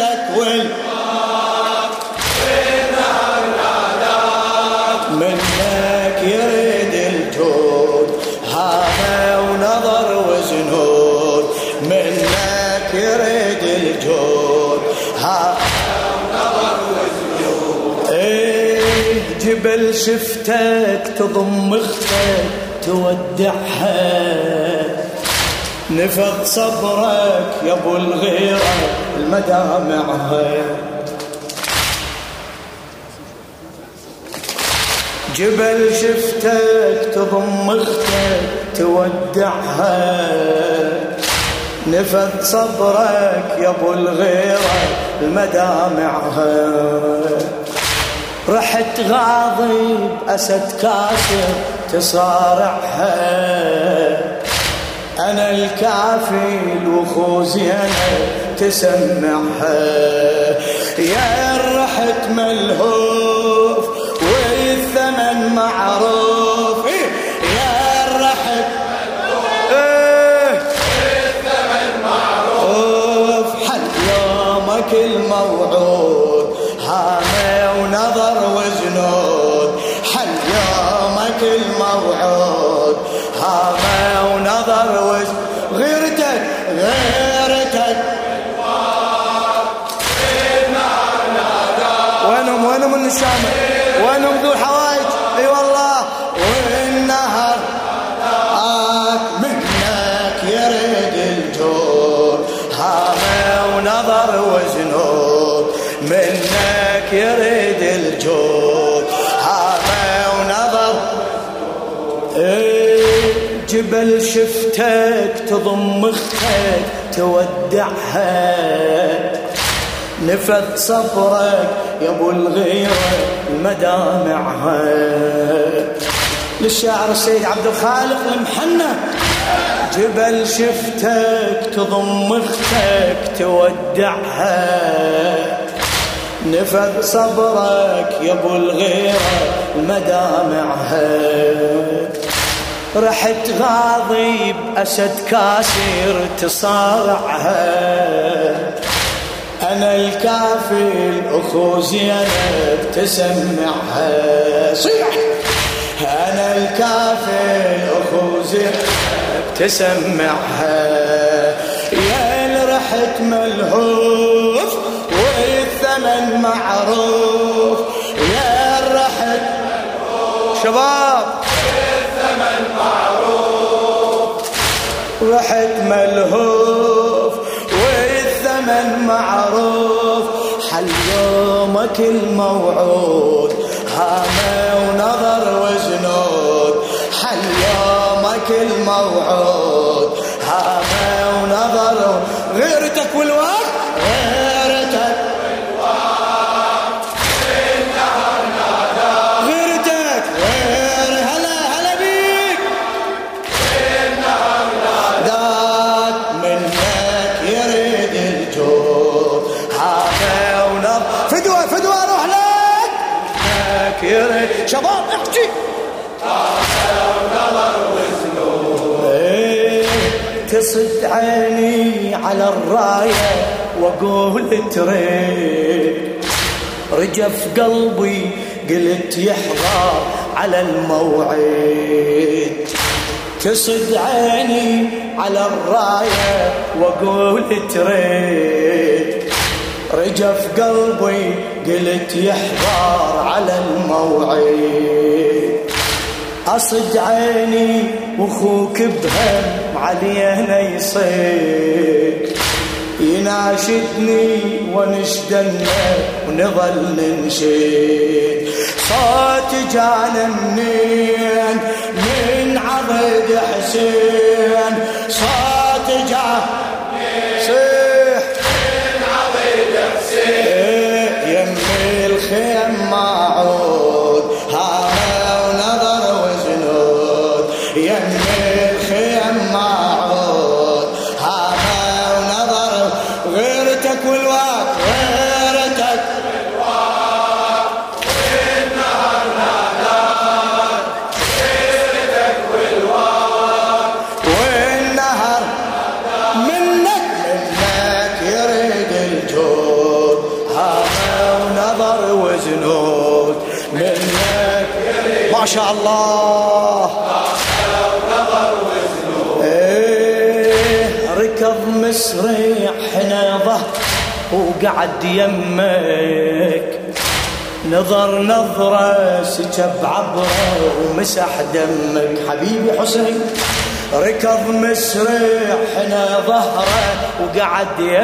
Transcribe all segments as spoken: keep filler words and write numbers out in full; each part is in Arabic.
والنار والنهر ناداك منك يريد الجود هامة ونظر وزنود منك يريد الجود هامة ونظر وزنود ايه جبل شفتك تضم اختك تودعها نفض صبرك يا ابو الغيرة المدامعها جبل شفتك تضم اختك تودعها نفذ صبرك يا ابو الغيرة المدامعها رحت غاضب أسد كاسر تصارعها أنا الكافل وخوزي أنا تسمعها يا رحت ملهوف والثمن معروف يا رحت ملهوف والثمن معروف حل يومك الموعود هامة ونظر وزنود حل يومك الموعود هامة ونظر وزنود غيرتك غيرتك وينهم وينهم النشامة وينهم ذو الحوائج اي والله والنهر آك منك يريد الجود هامة ونظر وزنود منك يريد الجود هامة ونظر ايه جبل شفتك تضم اختك تودعها نفذ صبرك يا ابو الغيرة المدامعها للشاعر السيد عبد الخالق المحنى جبل شفتك تضم اختك تودعها نفذ صبرك يا ابو الغيرة المدامعها رحت غاضب أسد كاسر تصارعها أنا الكافل أخو زينب تسمعها صيح أنا الكافل أخو زينب تسمعها يا اللي رحت ملهوف والثمن معروف يا رحت ملهوف شباب والثمن معروف رحت ملهوف والثمن معروف حل يومك الموعود هامة ونظر وزنود حل يومك الموعود هامة ونظر غيرتك والوقت غيرتك والوقت والنهر ناداك غيرتك غير هلا هلا بيك والنهر ناداك منك يريد الجود هامة ونظر فدوة فدوة روح لك منك يريد شباب احكي هامة ونظر وزنود تصد عيني على الراية واقول تريد رجف قلبي قلت يحضر على الموعد تصد عيني على الراية واقول تريد رجف قلبي قلت يحضر على الموعد أصد عيني واخوك بهم علينا يصيد يناشدني ونشدنا ونظل ننشد صوت جانا منين من عضد حسين صوت جانا صيح من عضد حسين يمي الخيم معود هامة ونظر وزنود يمي الخيم معود هامة ونظر غيرتك والوقت غيرتك والوقت والنهر ناداك غيرتك والوقت والنهر شاء الله. ايه ركض مسريع حناضه وقعد يمك، نظر نظرة سكب عبره ومسح دمك. حبيبي حسين ركض مسرع حنا ظهره وقعد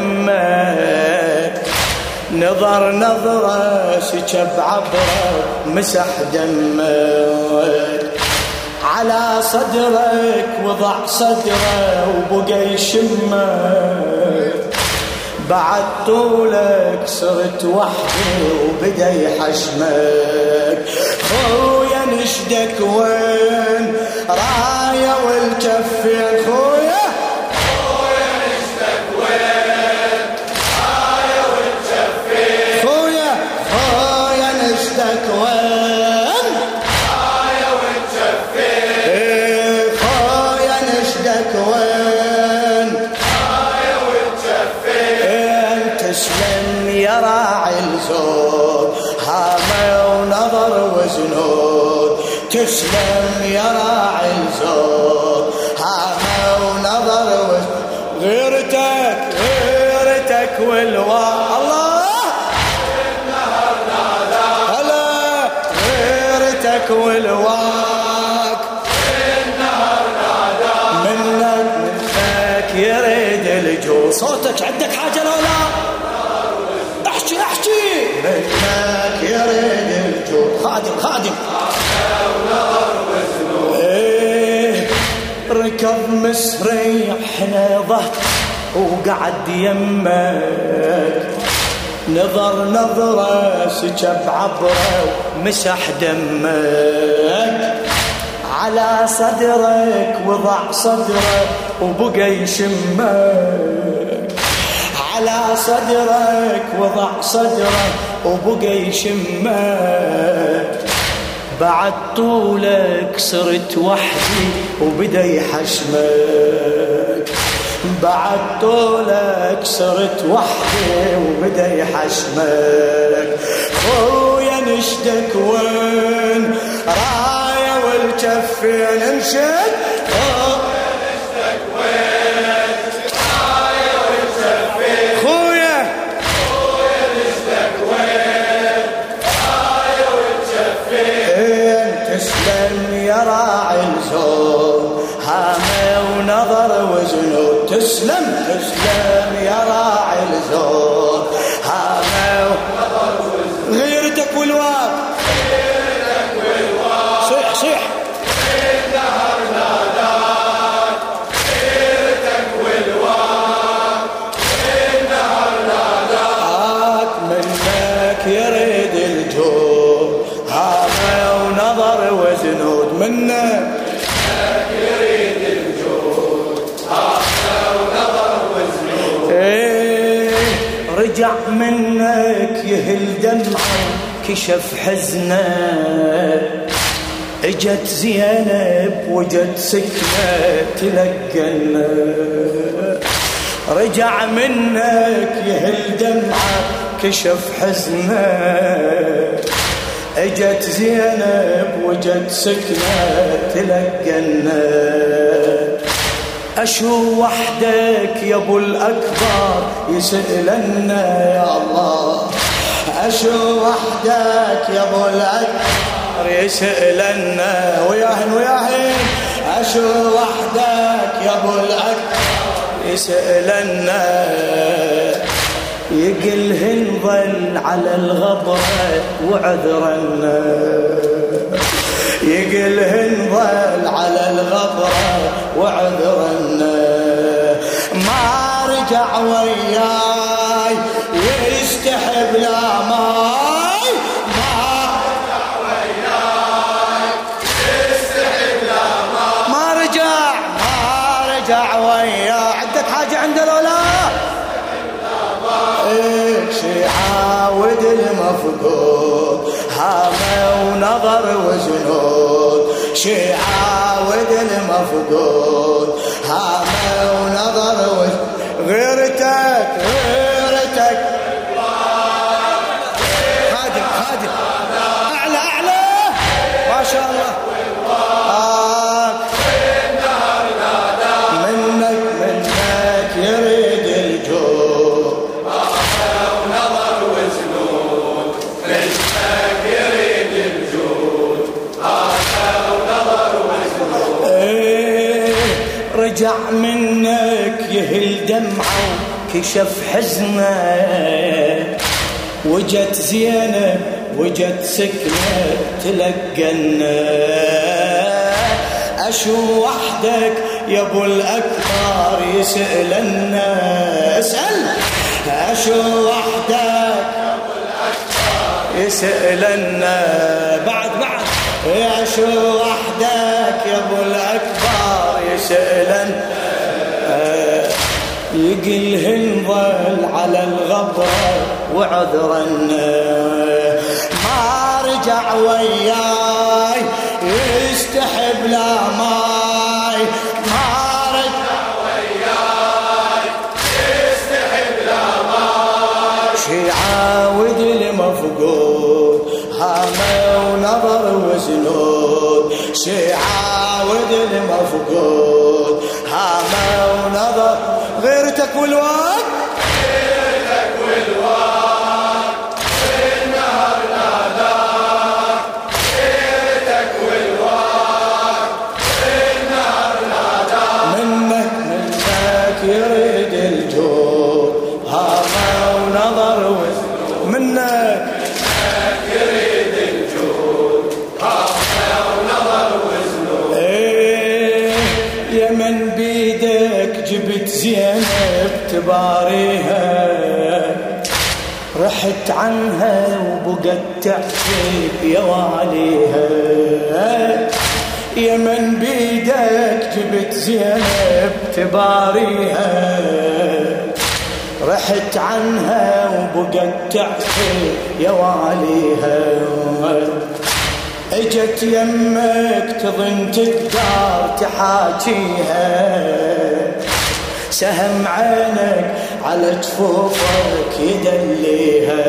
يمك، نظر نظرة سكب عبره ومسح دمك. على صدرك وضع صدره وبقى يشمك، بعد طولك صرت وحدي وبدا يحشمك. خويا نشدك وين رايه والكفين، خويا خويا نشدك وين رايه والكفين، خويا خويا نشدك وين رايه والكفين، خويا نشدك وين رايه والكفين. تسلم يا راعي الزود هامه ونظر وزنود، تسلم يا راعي الزود هامه ونظر وزنود. غيرتك غيرتك والوا الله النهر ناداك، هلا غيرتك والواك النهر ناداك، منك منك يريد الجو. صوتك عندك حاجة لولا احكي احكي، منك يريد الجو. خادم خادم ايه ركض مسريع حناضه وقعد يمك، نظر نظرة سكب عبره ومسح دمك. على صدرك وضع صدره وبقى يشمك، على صدرك وضع صدره وبقى يشمك. بعد طولك صرت وحدي وبدا يحشمك، بعد طولك صرت وحدي وبدا يحشمك. خويا نشدك وين رايه والكفين، انشد خويا نشدك وين رايه والكفين، خويا خويا نشدك وين رايه والكفين. تسلم يا راعي الزود هامه ونظر وزنود، تسلم تسلم يا راعي الزود هامه ونظر وزنود. غيرتك والواق غيرتك والواق، صيح صيح النهر ناداك، غيرتك والواق، النهر ناداك. منك يريد الجود هامه ونظر وزنود، منك يريد الجود هامه ونظر وزنود. ايه رجع منك يهل دمعه كشف حزنه، اجت زينب وجت سكنه تلقنا. رجع منك يهل دمعه كشف حزنه، اجت زينب وجت سكنه تلقنا. اشو وحدك يا ابو الاكبر يسألنا يا الله، اشو وحدك يا ابو الاكبر يسألنا. وياهن وياهن اشو وحدك يا ابو الاكبر يسألنا. يقلهن ظل على الغبرة وعذرنا، يقلهن ظل على الغبرة وعذرنا. ما رجع وياي ويستحب لا ماي، ما رجع وياي يستحب لا ماي، ما رجع ما رجع وياي. عندك حاجة عنده لولا شعاود المفقود هامه ونظر وزنود، شعاود المفقود هامه ونظر وزنود. غيرتك غيرتك خادم خادم اعلى اعلى ما شاء الله. رجع منك يهل دمعه وكشف حزنه، وجت زينب وجت سكنة تلقنا، أشو وحدك يا ابو الأكبر يسألنا، اسأل أشو وحدك يا ابو الأكبر يسألنا، بعد بعد يا شو وحدك يا ابو الأكبر يسألنا، يقلهن ظل على الغبرة وعذرنا، ما رجع وياي يستحب لا ماي، ما رجع وياي يستحب لا ماي، شي عاود المفقود هامه ونظر وزنود، شي عاود المفقود هامه ونظر، غيرتك والوقت غيرتك والوقت والنهر ناداك، غيرتك والوقت والنهر ناداك، منك منك يريد الجود هامه ونظر وزنود، منك منك يريد الجود هامه ونظر وزنود، ايه يا من بيدك جبت زينب تباريها، رحت عنها وبقت تعتب يا واليها، يا من بيدك جبت زينب تباريها، رحت عنها وبقت تعتب يا واليها، اجت يمك تظن تقدر تحاكيها، سهم عينك على جفوفك يدليها،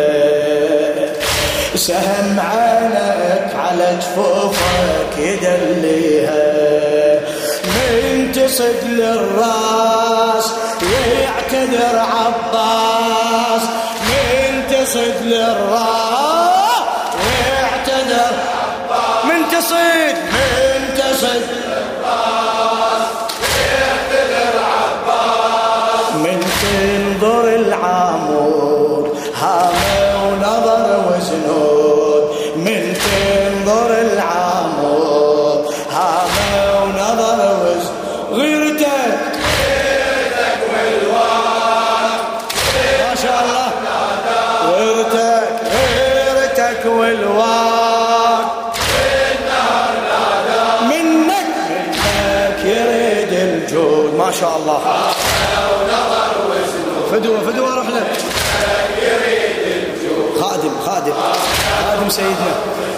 سهم عينك على جفوفك يدليها، من تصد للراس يعتذر عباس، من تصد للراس يعتذر عباس، من تصد من تصد للراس يعتذر عباس، من تنظر العمود هامه ونظر وزنود، من تنظر العمود هامه ونظر وزنود، غيرتك غيرتك والوقت ما شاء الله، غيرتك غيرتك والوقت والنهر ناداك، منك منك يريد الجود ما شاء الله، فدوة فدوة روح لك، خادم خادم خادم سيدنا،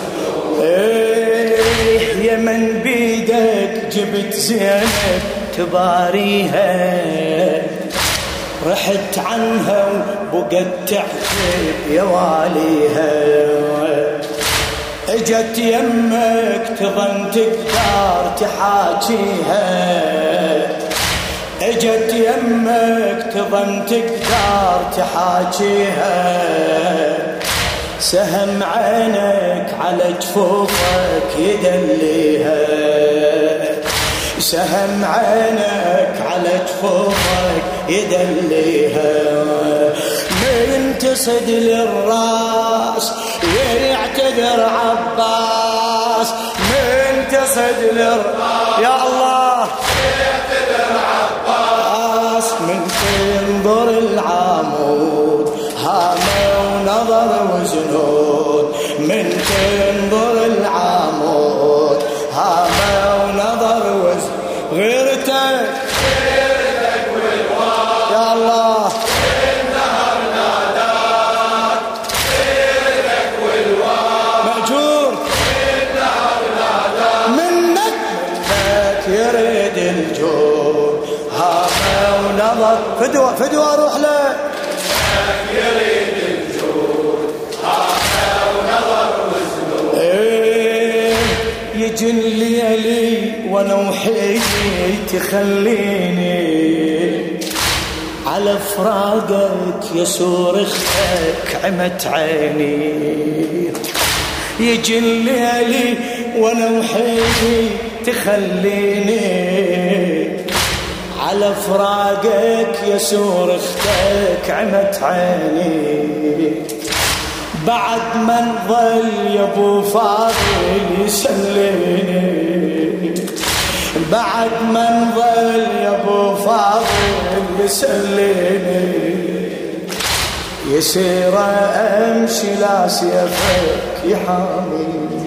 ايه يا من بيدك جبت زينب تباريها، رحت عنها وبقت تعتب يا واليها، اجت يمك تظن تقدر تحاكيها، اجت يمك تظن تقدر تحاكيها، سهم عينك على جفوفك يدليها، سهم عينك على جفوفك يدليها، من تصد للراس يعتذر عباس، من تصد للراس يا الله يعتذر عباس، من تنظر العمود هامه ونظر وزنود، من تنظر العمود هامه ونظر وزنود، غيرتك غيرتك والوقت يا الله والنهر ناداك، غيرتك والوقت مأجور والنهر ناداك، منك منك يريد الجود هامه ونظر، فدوة فدوة روح له، منك يريد الجود هامه ونظر وزنود، ايه يجن ليلي وانا وحيدي تخليني، على فراقك يا صورختك عمت عيني، يجن ليلي وانا وحيدي تخليني، على فراقك يسور اختك عمت عيني، بعد ما نظل يا ابو فاضل يسليني، بعد ما نظل يا ابو فاضل يسليني، يسير امشي لا سيفك يحاميني،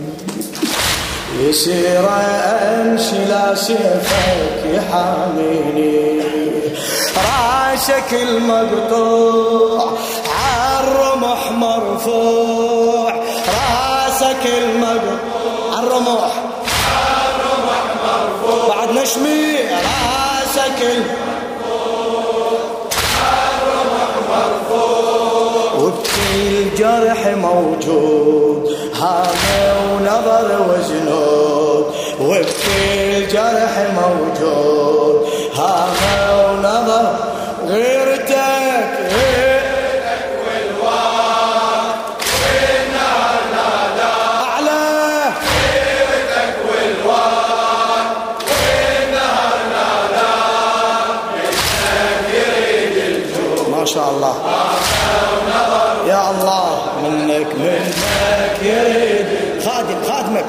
يسير امشي لا سيفك يحاميني، راسك المقطوع عالرمح مرفوع، راسك المقطوع عالرمح عالرمح مرفوع، بعد نشمي راسك المقطوع عالرمح مرفوع، وبكل جرح موجود هامه ونظر وزنود، وبكل جرح موجود هامه ونظر، غيرتك غيرتك والواد والنهر نادى أعلى، غيرتك والواد والنهر نادى، منك يريد الجود ما شاء الله يا الله، منك منك يريد خادم خادمك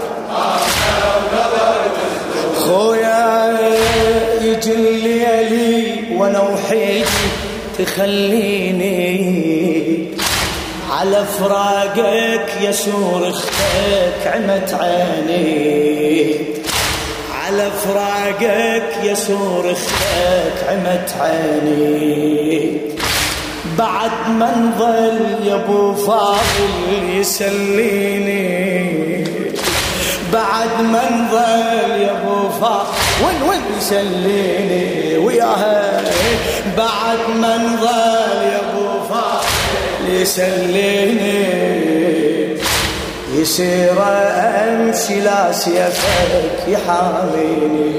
خويا، يجي الليلي وانا وحيدي تخليني، على فراقك يسور اختك عمت عيني، على فراقك يسور اختك عمت عيني، بعد ما نظل يا ابو فاضل يسليني، بعد ما نظل يا ابو فاضل وين وين يسليني وياها، بعد ما نظل يا ابو فاضل يسليني، يسير امشي لا سيفك يحاميني،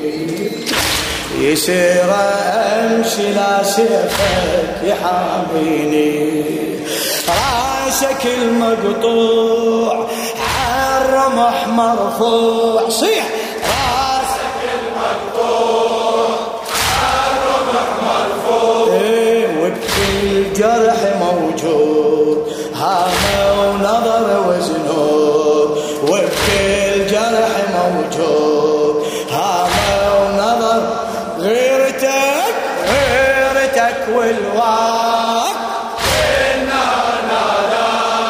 يسير امشي لا سيفك يحاميني، راسك المقطوع عالرمح مرفوع، صيح راسك المقطوع عالرمح مرفوع، ايه وبكل جرح موجود هامه ونظر وزنود، وبكل جرح موجود هامه ونظر، غيرتك غيرتك والواد والنهر نادى،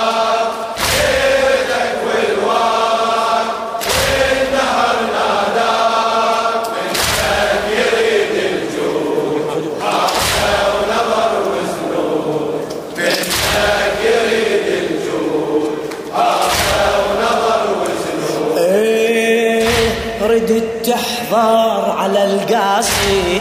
غيرتك والواد والنهر نادى، منك يريد الجود عقله ونظر وزنود، منك يريد الجود عقله ونظر وزنود، ايه ردت تحضر على القاصد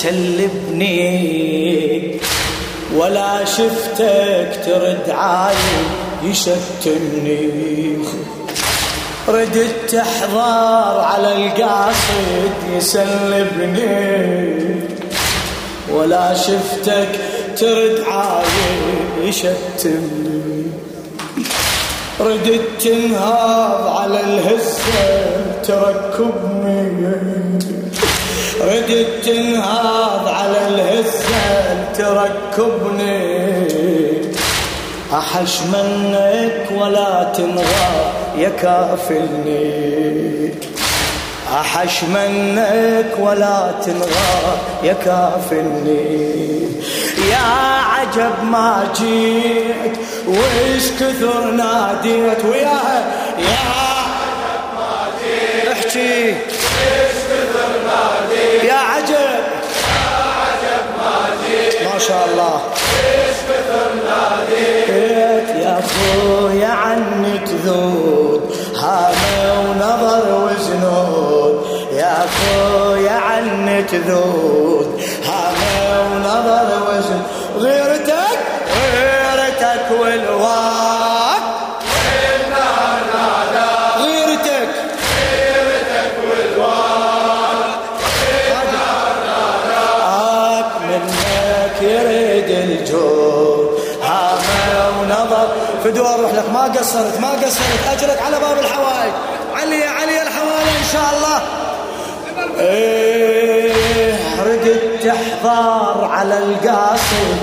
يسلبني، ولا شفتك ترد عايم يشتمني، ردت تحضر على القاصد يسلبني، ولا شفتك ترد عايم يشتمني، ردت تنهض على الهزة تركبني، ردت تنهض على الهزة تركبني، أحش منك ولا تنغى يا كافلني، أحش منك ولا تنغى يا كافلني، يا عجب ما جيت وإيش كثر ناديت وياها، يا عجب ما جيت احكي ايش كثر ناديت، يا عجب يا عجب ما جيت ما شاء الله، ايش كثر ناديت، يا اخويا عنك ذود هامه ونظر وزنود، يا اخويا عنك ذود هامه ونظر وزن، غيرتك غيرتك والواد والنهر نادى، غيرتك غيرتك والواد والنهر نادى، آك منك يريد الجود هامه ونظر، فدوى اروح لك ما قصرت ما قصرت، اجرك على باب الحوائج، علي علي الحوالي ان شاء الله. ايه تحضر على القاصد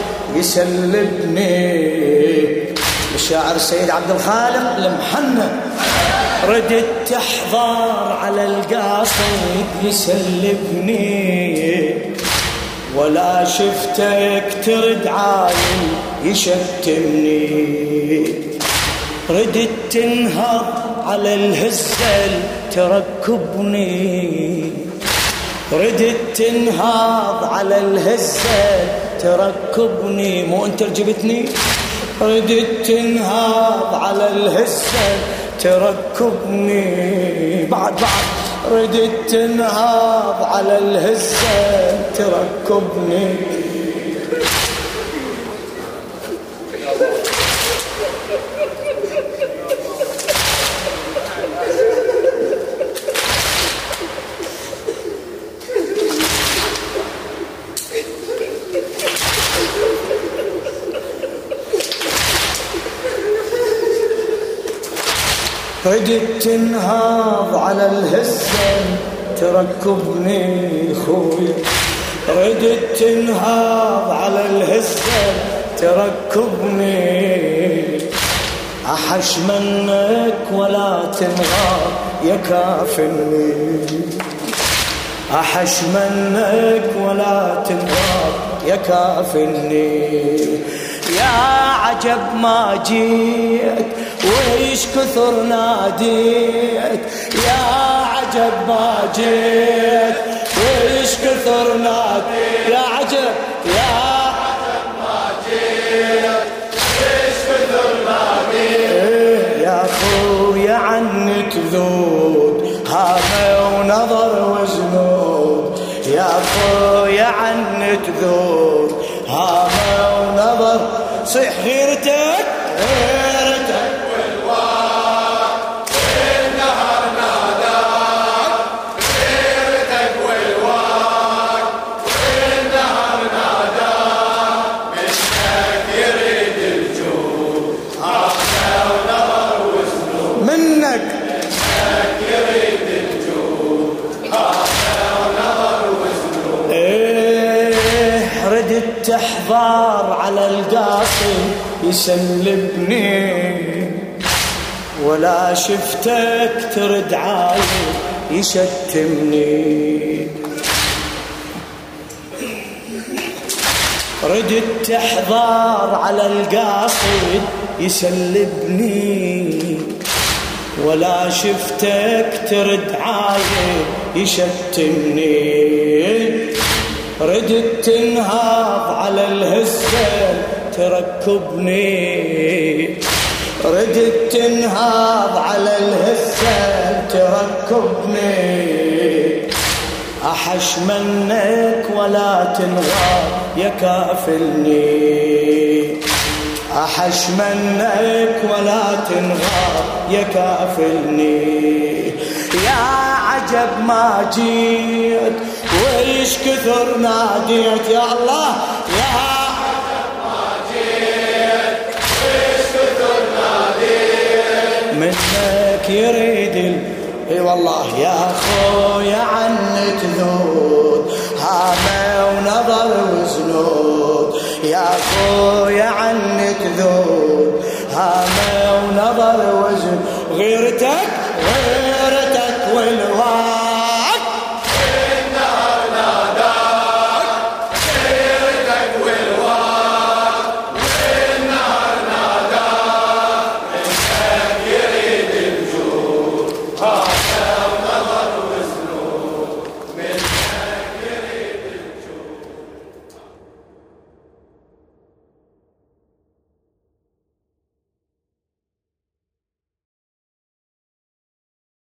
يسلبني. الشاعر السيد عبد الخالق المحنة. ردت تحضر على القاصد يسلبني ولا شفتك ترد عايل يشتمني. ردت تنهض على الهزل تركبني. ردت تنهض على الهزل تركبني. مو انت رجبتني. ردت تنهض على الهزل تركبني. بعد بعد ردت تنهض على الهزة تركبني. ردت تنهض على الهزة تركبني خويا. ردت تنهض على الهزة تركبني. أحش منك ولا تنغار يا كافني. أحش منك ولا تنغار يا كافني. يا عجب ما جيت وإيش كثر ناديت. يا عجب ما جيت وإيش كثر ناديت. يا عجب يا عجب ما جيت وإيش كثر ناديت. يا خويا عنك ذود هامة ونظر وزنود. يا خويا عنك ذود هامة ونظر. صيح غيرتك غيرتك والواد والنهر ناداك. غيرتك والواد والنهر ناداك. منك يريد الجود هامة ونظر وزنود. منك منك يريد الجود هامة ونظر وزنود. ايه ردت تحضر على القاصد يسلبني ولا شفتك ترد عايل يشتمني. ردت تحضر على القاصد يسلبني ولا شفتك ترد عايل يشتمني. ردت تنهض على الهزة تركبني. ردت تنهض على الهزة تركبني. أحش منك ولا تنغار يا كافلني. أحش منك ولا تنغار يا كافلني. يا عجب ما جيت وإيش كثر ناديت. يا الله يا عجب ما جيت وإيش كثر ناديت. منك يريد ال... اي والله يا خويا عنك ذود هامة ونظر وزنود. يا خويا عنك ذود هامة